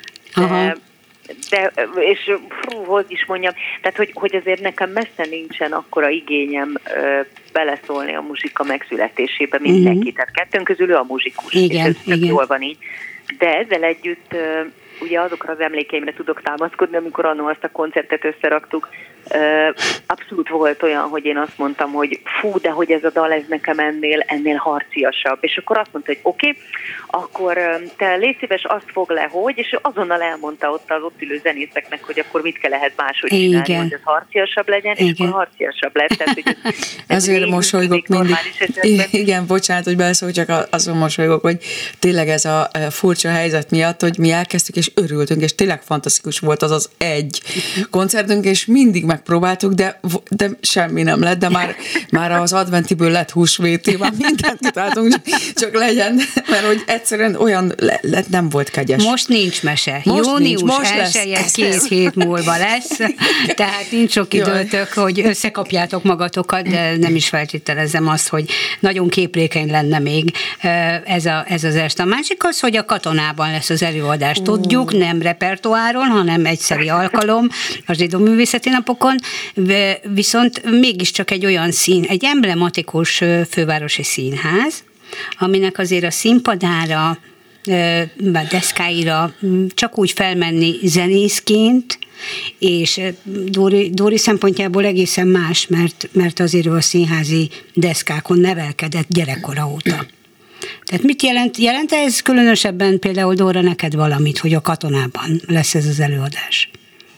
Speaker 5: De és hogy is mondjam, tehát hogy azért nekem messze nincsen akkora igényem beleszólni a muzsika megszületésébe, mint neki. Tehát kettőnk közül ő a muzsikus.
Speaker 3: Igen,
Speaker 5: és ez jól van így. De ezzel együtt ugye azokra az emlékeimre tudok támaszkodni, amikor annól azt a koncertet összeraktuk. Abszolút volt olyan, hogy én azt mondtam, hogy fú, de hogy ez a dal, ez nekem ennél harciasabb. És akkor azt mondta, hogy oké, akkor te légy szíves, azt fog le, hogy, és azonnal elmondta ott az ott ülő zenészeknek, hogy akkor mit lehet máshogy csinálni, hogy ez harciasabb legyen, és akkor harciasabb lett. Tehát, hogy
Speaker 4: ezért mosolygok mindig. Igen, bocsánat, hogy beleszólok, csak azon mosolygok, hogy tényleg ez a furcsa helyzet miatt, hogy mi elkezdtük, és örültünk, és tényleg fantasztikus volt az egy koncertünk, és mindig megpróbáltuk, de semmi nem lett, de már az adventiből lett húsvéti, már mindent kitáltunk, csak legyen, mert hogy egyszerűen olyan nem volt kegyes.
Speaker 3: Most nincs mese. Június 1-je 2 hét múlva lesz, tehát nincs sok időtök, hogy összekapjátok magatokat, de nem is feltételezem azt, hogy nagyon képlékeny lenne még ez az este. A másik az, hogy a Katonában lesz az előadás. Tudjuk, nem repertoáron, hanem egyszeri alkalom a Zsidó Művészeti Napokon, viszont mégiscsak egy olyan egy emblematikus fővárosi színház, aminek azért a színpadára, a deszkáira csak úgy felmenni zenészként, és Dóri szempontjából egészen más, mert azért ő a színházi deszkákon nevelkedett gyerekkora óta. Tehát mit jelent ez különösebben például, Dóra, neked valamit, hogy a Katonában lesz ez az előadás?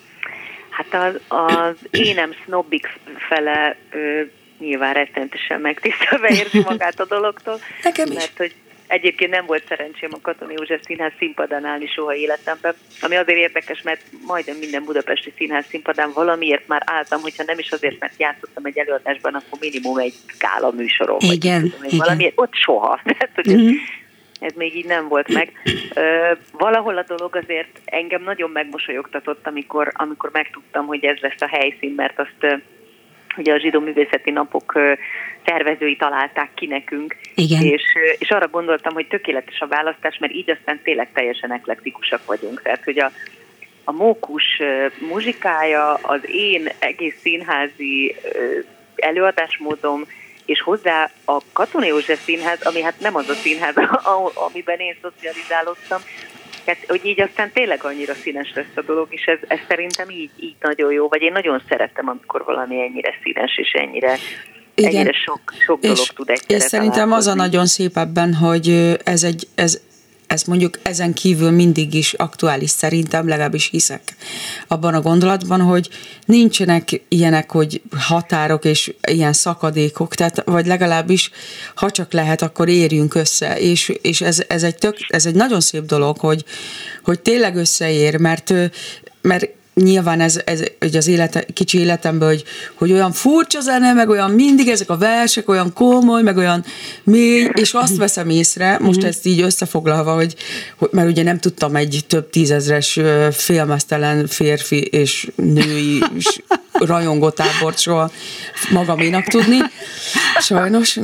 Speaker 5: Hát az énem snobbik fele nyilván rettenetesen megtisztelve érzi magát a dologtól.
Speaker 4: Nekem is.
Speaker 5: Mert hogy egyébként nem volt szerencsém a Katona József Színház színpadán állni soha életemben, ami azért érdekes, mert majdnem minden budapesti színház színpadán valamiért már álltam, hogyha nem is azért, mert játszottam egy előadásban, akkor minimum egy gála műsoron.
Speaker 3: Igen.
Speaker 5: Valamiért ott soha. Tehát, hogy ez még így nem volt meg. Valahol a dolog azért engem nagyon megmosolyogtatott, amikor megtudtam, hogy ez lesz a helyszín, mert azt ugye a Zsidó Művészeti Napok szervezői találták ki nekünk, és arra gondoltam, hogy tökéletes a választás, mert így aztán tényleg teljesen eklektikusak vagyunk. Tehát, hogy a mókus muzsikája, az én egész színházi előadásmódom, és hozzá a Katona József Színház, ami hát nem az a színház, amiben én szocializálódtam, tehát, hogy így aztán tényleg annyira színes lesz a dolog, és ez szerintem így nagyon jó, vagy én nagyon szerettem, amikor valami ennyire színes, és ennyire sok dolog tud egyszerre.
Speaker 4: És szerintem az a nagyon szép ebben, hogy ez mondjuk ezen kívül mindig is aktuális, szerintem, legalábbis hiszek abban a gondolatban, hogy nincsenek ilyenek, hogy határok és ilyen szakadékok, tehát, vagy legalábbis, ha csak lehet, akkor érjünk össze, és ez egy nagyon szép dolog, hogy tényleg összeér, mert nyilván ez az kicsi életemben, hogy olyan furcsa zene, meg olyan mindig ezek a versek, olyan komoly, meg olyan mély, és azt veszem észre, most ezt így összefoglalva, hogy mert ugye nem tudtam egy több tízezres félmeztelen férfi és női rajongótábort soha magaménak tudni. Sajnos.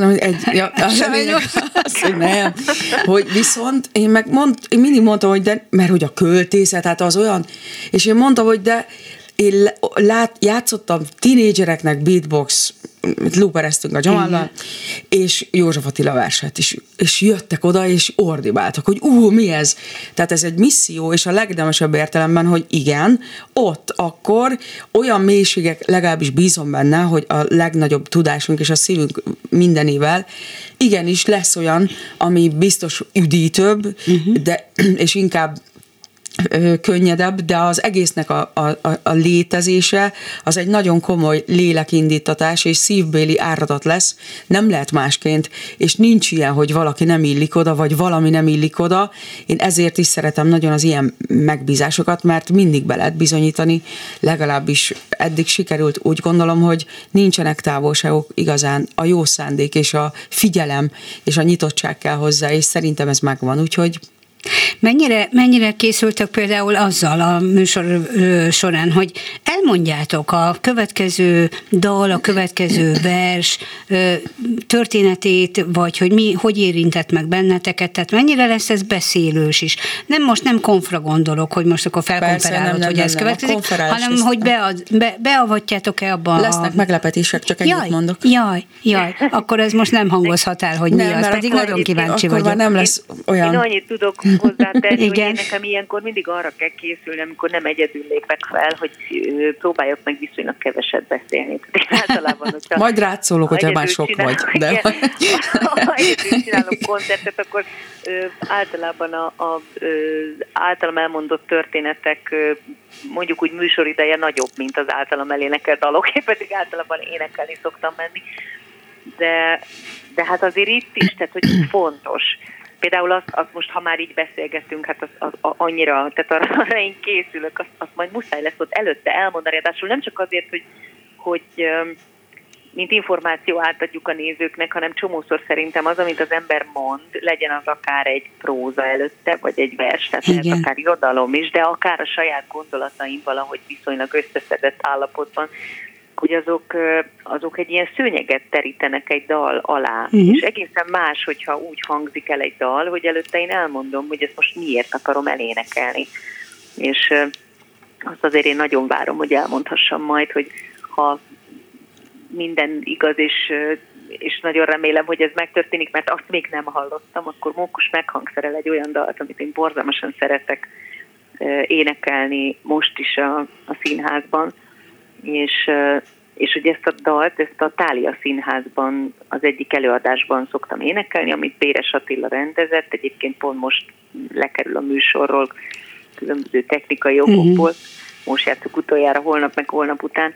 Speaker 4: Nem. Hogy viszont én mindig mondtam, hogy mert hogy a költészet, hát az olyan, és én mondtam, hogy de én játszottam tínédzsereknek beatbox, loopereztünk a Jamallal, és József Attila verset is, és jöttek oda, és ordibáltak, hogy mi ez? Tehát ez egy misszió, és a legnemesebb értelemben, hogy igen, ott akkor olyan mélységek, legalábbis bízom benne, hogy a legnagyobb tudásunk és a szívünk mindenével, igenis lesz olyan, ami biztos üdítőbb, de, és inkább könnyedebb, de az egésznek a létezése az egy nagyon komoly lélekindítatás és szívbéli áradat lesz, nem lehet másként, és nincs ilyen, hogy valaki nem illik oda, vagy valami nem illik oda. Én ezért is szeretem nagyon az ilyen megbízásokat, mert mindig be lehet bizonyítani, legalábbis eddig sikerült, úgy gondolom, hogy nincsenek távolságok, igazán a jó szándék és a figyelem és a nyitottság kell hozzá, és szerintem ez megvan, úgyhogy
Speaker 3: Mennyire készültek például azzal a műsor során, hogy elmondjátok a következő dal, a következő vers történetét, vagy hogy érintett meg benneteket, tehát mennyire lesz ez beszélős is. Nem konfra gondolok, hogy most akkor felkonferálod, hogy ez következik, hanem hogy beavatjátok-e abba.
Speaker 4: Lesznek meglepetések, csak ennyit mondok.
Speaker 3: Jaj, akkor ez most nem hangozhat el, hogy mi az, pedig nagyon kíváncsi vagyok.
Speaker 4: Nem lesz olyan.
Speaker 5: Én annyit tudok hozzátenni, hogy én nekem ilyenkor mindig arra kell készülni, amikor nem egyedül lépek fel, hogy próbáljak meg viszonylag keveset beszélni. Általában,
Speaker 4: majd rád szólok, hogyha már sok vagy. De...
Speaker 5: Ha egyedül csinálok koncertet, akkor általában az általam elmondott történetek mondjuk úgy műsorideje nagyobb, mint az általam elénekelt dalok, én pedig általában énekelni szoktam menni. De hát azért itt is, tehát hogy fontos. Például azt most, ha már így beszélgettünk, hát az annyira, tehát arra én készülök, azt majd muszáj lesz ott előtte elmondani, ráadásul nem csak azért, hogy mint információ átadjuk a nézőknek, hanem csomószor szerintem az, amit az ember mond, legyen az akár egy próza előtte, vagy egy vers, tehát ez akár irodalom is, de akár a saját gondolataim valahogy viszonylag összeszedett állapotban, hogy azok egy ilyen szőnyeget terítenek egy dal alá, és egészen más, hogyha úgy hangzik el egy dal, hogy előtte én elmondom, hogy ezt most miért akarom elénekelni. És azt azért én nagyon várom, hogy elmondhassam majd, hogy ha minden igaz, és nagyon remélem, hogy ez megtörténik, mert azt még nem hallottam, akkor Mókus meghangszerel egy olyan dalt, amit én borzalmasan szeretek énekelni most is a színházban, és hogy ezt a dalt, ezt a Thália Színházban az egyik előadásban szoktam énekelni, amit Péres Attila rendezett, egyébként pont most lekerül a műsorról különböző technikai okokból, most játszok utoljára holnap, meg holnap után,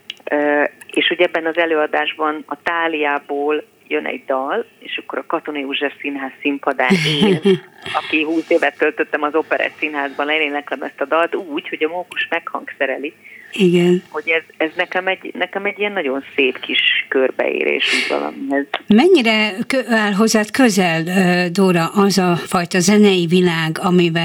Speaker 5: és hogy ebben az előadásban a Tháliából jön egy dal, és akkor a Katona József Színház színpadán én, aki 20 évet töltöttem az Operett Színházban, eléneklem ezt a dalt úgy, hogy a Mókus meghangszereli.
Speaker 3: Igen.
Speaker 5: Hogy ez nekem egy ilyen nagyon szép kis körbeérés úgy valamihez.
Speaker 3: Mennyire áll hozzád közel, Dóra, az a fajta zenei világ,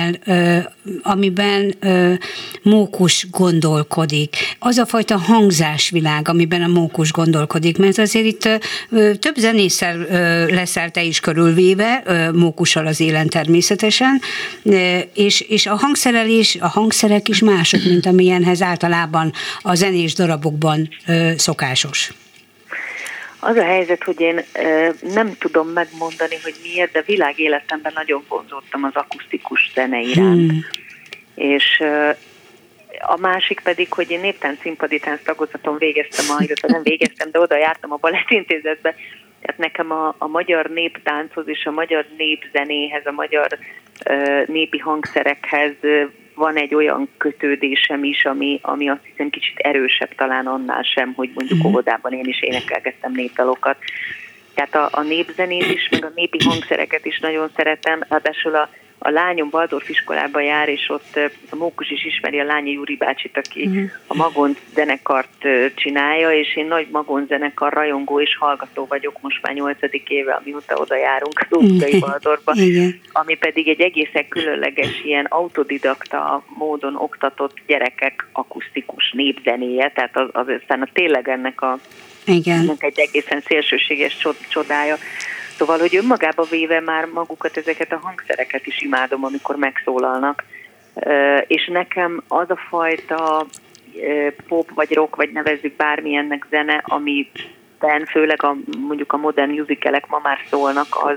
Speaker 3: amiben Mókus gondolkodik? Az a fajta hangzásvilág, amiben a Mókus gondolkodik? Mert azért itt több zenésszel leszel te is körülvéve, Mókussal az élen természetesen, és a hangszerelés, a hangszerek is mások, mint amilyenhez általában a zenés darabokban szokásos.
Speaker 5: Az a helyzet, hogy én nem tudom megmondani, hogy miért, de világéletemben nagyon vonzódtam az akusztikus zene iránt. És a másik pedig, hogy én néptánc színpaditánc tagozaton végeztem, nem végeztem, de oda jártam a Balettintézetbe, tehát nekem a magyar néptánchoz és a magyar népzenéhez, a magyar népi hangszerekhez van egy olyan kötődésem is, ami azt hiszem kicsit erősebb talán annál sem, hogy mondjuk óvodában én is énekelgettem népdalokat. Tehát a népzenét is, meg a népi hangszereket is nagyon szeretem, ráadásul a lányom Waldorf iskolába jár, és ott a Mókus is ismeri a Lányi Júri bácsit, aki a Magon zenekart csinálja, és én nagy Magon zenekar rajongó és hallgató vagyok most már 8. éve, amióta oda járunk az Óbugai Waldorfba, ami pedig egy egészen különleges ilyen autodidakta módon oktatott gyerekek akusztikus népzenéje, tehát az aztán tényleg ennek egy egészen szélsőséges csodája. Szóval, hogy önmagába véve már magukat, ezeket a hangszereket is imádom, amikor megszólalnak. És nekem az a fajta pop vagy rock, vagy nevezzük bármilyennek zene, amiben főleg mondjuk a modern musicalek ma már szólnak, az,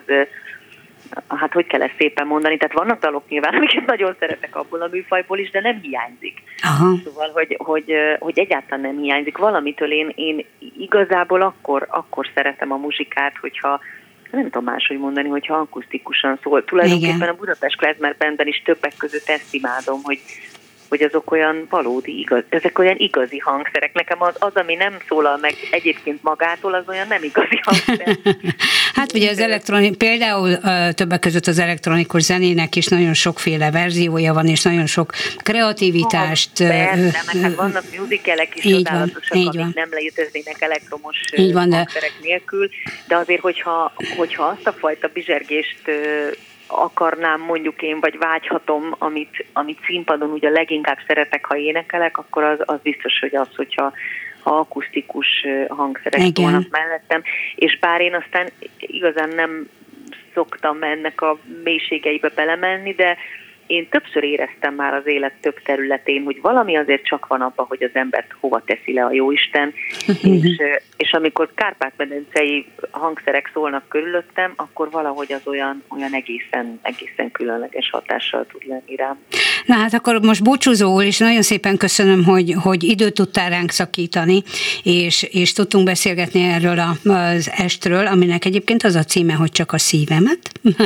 Speaker 5: hát hogy kell ezt szépen mondani, tehát vannak dalok nyilván, amiket nagyon szeretek abból a műfajból is, de nem hiányzik. Aha. Szóval, hogy egyáltalán nem hiányzik. Valamitől én igazából akkor szeretem a muzsikát, hogyha nem tudom máshogy mondani, hogyha akusztikusan szól. Tulajdonképpen igen. A Budapest Klezmer Bandben is többek között ezt imádom, hogy azok olyan valódi, ezek olyan igazi hangszerek. Nekem az, ami nem szólal meg egyébként magától, az olyan nem igazi hangszer.
Speaker 3: Hát ugye például többek között az elektronikus zenének is nagyon sokféle verziója van, és nagyon sok kreativitást.
Speaker 5: Persze, meg hát vannak musicalek is csodálatosak, amik nem léteznének elektromos hangszerek nélkül, de azért, hogyha azt a fajta bizsergést akarnám mondjuk én, vagy vágyhatom, amit színpadon ugye leginkább szeretek, ha énekelek, akkor az biztos, hogy az, hogyha akusztikus hangszerek szólnak mellettem. És bár én aztán igazán nem szoktam ennek a mélységeibe belemenni, de én többször éreztem már az élet több területén, hogy valami azért csak van abban, hogy az embert hova teszi le a jóisten, és amikor kárpát-medencei hangszerek szólnak körülöttem, akkor valahogy az olyan egészen különleges hatással tud lenni rám.
Speaker 3: Na hát akkor most búcsúzóul, és nagyon szépen köszönöm, hogy időt tudtál ránk szakítani, és tudtunk beszélgetni erről az estről, aminek egyébként az a címe, hogy csak a szívemet.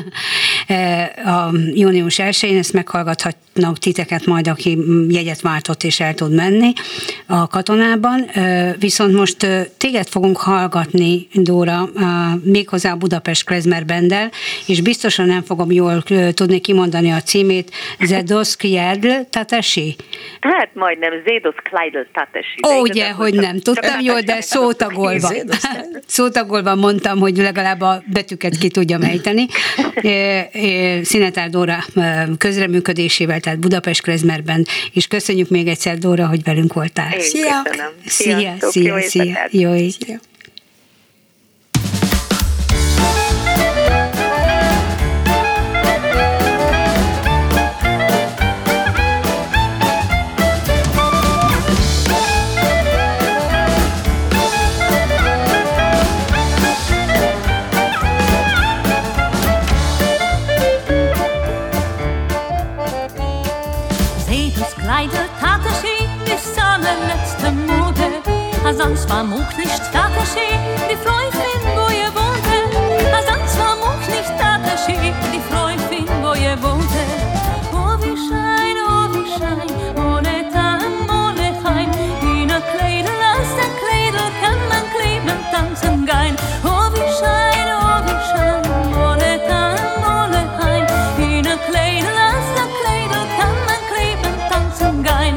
Speaker 3: A június 1-én ezt meghallgathatnak titeket majd, aki jegyet váltott és el tud menni a Katonában. Viszont most téged fogunk hallgatni, Dóra, méghozzá a Budapest Klezmer Banddel, és biztosan nem fogom jól tudni kimondani a címét, Zedoszkjedl Tatesi.
Speaker 5: Hát majdnem, Zedoszkjedl Tatesi.
Speaker 3: Ó, ugye, hogy nem tudtam jól, de szótagolva mondtam, hogy legalább a betűket ki tudjam ejteni. Szinetár Dóra közreműködésével, tehát Budapest Klezmer Band, és köszönjük még egyszer, Dóra, hogy velünk voltál.
Speaker 5: Szia!
Speaker 3: Szia! Jó így!
Speaker 2: Sonst war Muck nicht Tateschi, die Freundin, wo ihr wohnte. Sonst war Muck nicht Tateschi, die Freundin, wo ihr wohnte. Oh, wie schein, ohne Tag, ohne Heim. In a Kleidl, aus der Kleidl kann man kleben, tanzen gein. Oh, wie schein, ohne Tag, ohne Heim. In a Kleidl, aus der Kleidl kann man kleben, tanzen gein.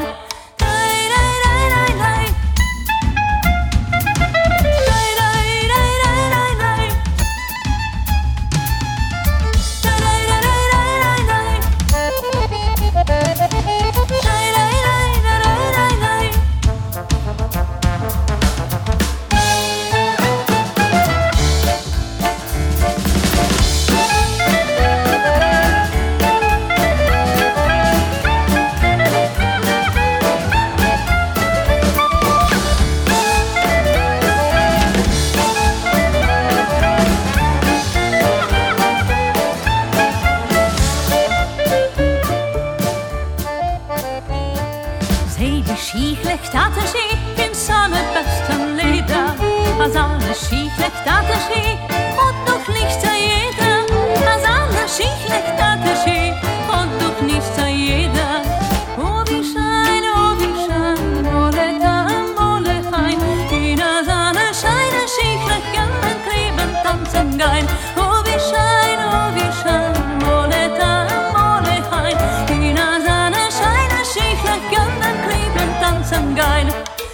Speaker 2: Geil.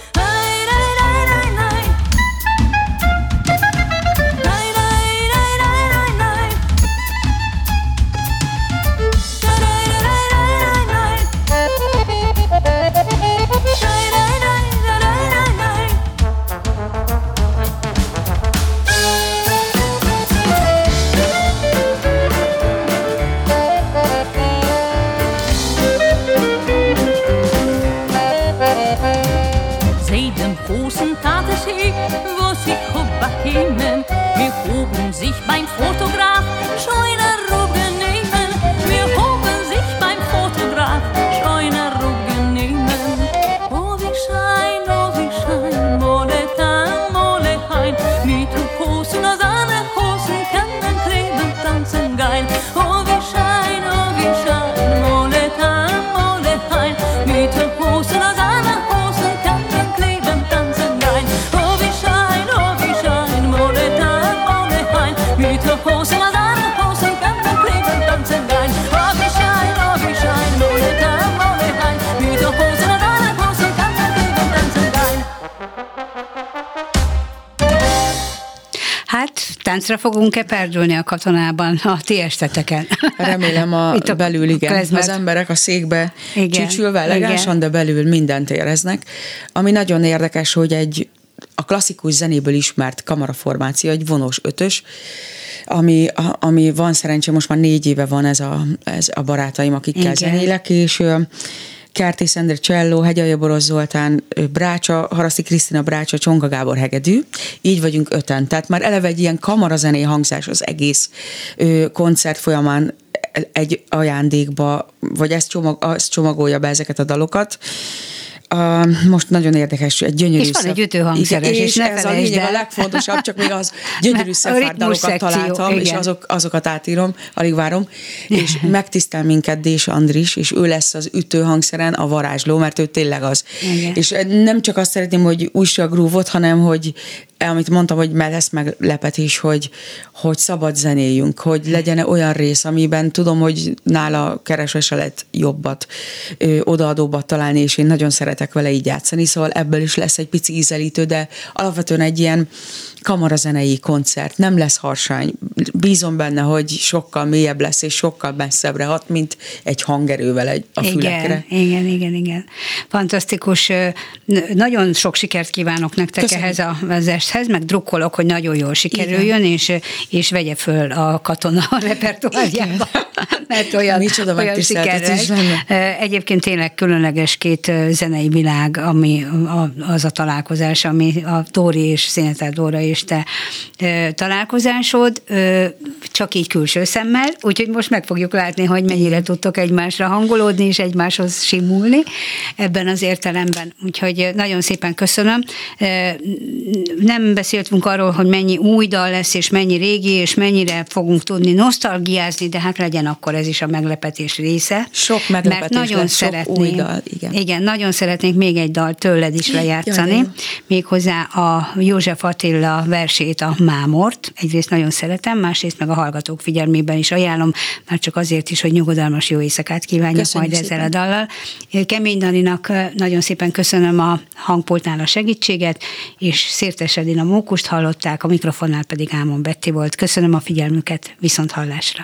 Speaker 2: a dark horse and come and creep and dance and dine. Oh, we shine, lonely time, lonely high. Meet a horse and a dark horse and come and creep and dance and dine.
Speaker 3: Hát, táncra fogunk-e perdülni a katonában a ti esteteken?
Speaker 4: Remélem belül igen. Az emberek a székbe csücsülve elegánsan, de belül mindent éreznek. Ami nagyon érdekes, hogy a klasszikus zenéből ismert kamaraformáció, egy vonós ötös, ami van szerencsém, most már 4 éve van ez a barátaim, akikkel zenélek, és Kertész Endre cselló, Hegyalja Boros Zoltán, Brácsa, Haraszti Krisztina Brácsa, Csonka Gábor hegedű, így vagyunk 5-en. Tehát már eleve egy ilyen kamarazené hangzás az egész koncert folyamán egy ajándékba, vagy ezt csomagolja be ezeket a dalokat. Most nagyon érdekes, egy gyönyörű
Speaker 3: és van egy ütőhangszeres,
Speaker 4: és ne ez a lényeg, a legfontosabb, csak még az gyönyörű szefárdalokat találtam, igen. És azokat átírom, alig várom, és megtisztel minket Dés Andris, és ő lesz az ütőhangszeren a varázsló, mert ő tényleg az. Igen. És nem csak azt szeretném, hogy újra a groove-ot, hanem hogy amit mondtam, hogy lesz meglepetés, hogy szabad zenéljünk, hogy legyen olyan rész, amiben tudom, hogy nála keresve se lehet jobbat, odaadóbbat találni, és én nagyon szeretek vele így játszani, szóval ebből is lesz egy pici ízelítő, de alapvetően egy ilyen kamarazenei koncert, nem lesz harsány. Bízom benne, hogy sokkal mélyebb lesz, és sokkal messzebbre hat, mint egy hangerővel a fülekre.
Speaker 3: Igen. Fantasztikus. Nagyon sok sikert kívánok nektek. Köszönöm. Ehhez az esthez, meg drukkolok, hogy nagyon jól sikerüljön, és vegye föl a katona repertoárjába, mert olyan sikeres. Egyébként tényleg különleges 2 zenei világ, ami az a találkozás, ami a Dóri és Színetel Dóra és te találkozásod, csak így külső szemmel, úgyhogy most meg fogjuk látni, hogy mennyire tudtok egymásra hangolódni, és egymáshoz simulni ebben az értelemben. Úgyhogy nagyon szépen köszönöm. Nem beszéltünk arról, hogy mennyi új dal lesz, és mennyi régi, és mennyire fogunk tudni nosztalgiázni, de hát legyen akkor ez is a meglepetés része.
Speaker 4: Sok meglepetés
Speaker 3: mert nagyon
Speaker 4: lesz, sok új dal.
Speaker 3: Igen, nagyon szeretnék még egy dal tőled is lejátszani, méghozzá a József Attila versét, a Mámort. Egyrészt nagyon szeretem, másrészt meg a hallgatók figyelmében is ajánlom, már csak azért is, hogy nyugodalmas jó éjszakát kívánjak majd ezzel a dallal. Kemény Daninak nagyon szépen köszönöm a hangpultnál a segítséget, és Szirtes Edina Mókust hallották, a mikrofonnál pedig Ámon Betti volt. Köszönöm a figyelmüket, viszont hallásra!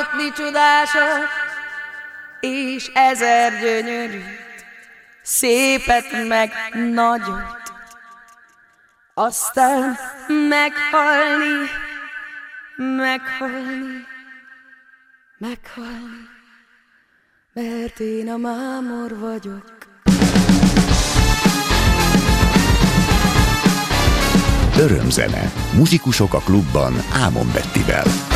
Speaker 2: látni csodásat, és ezer gyönyörűt, szépet meg nagyot, aztán meghalni, mert én a mámor vagyok.
Speaker 1: Örömzene. Muzsikusok a klubban Ámon Bettivel.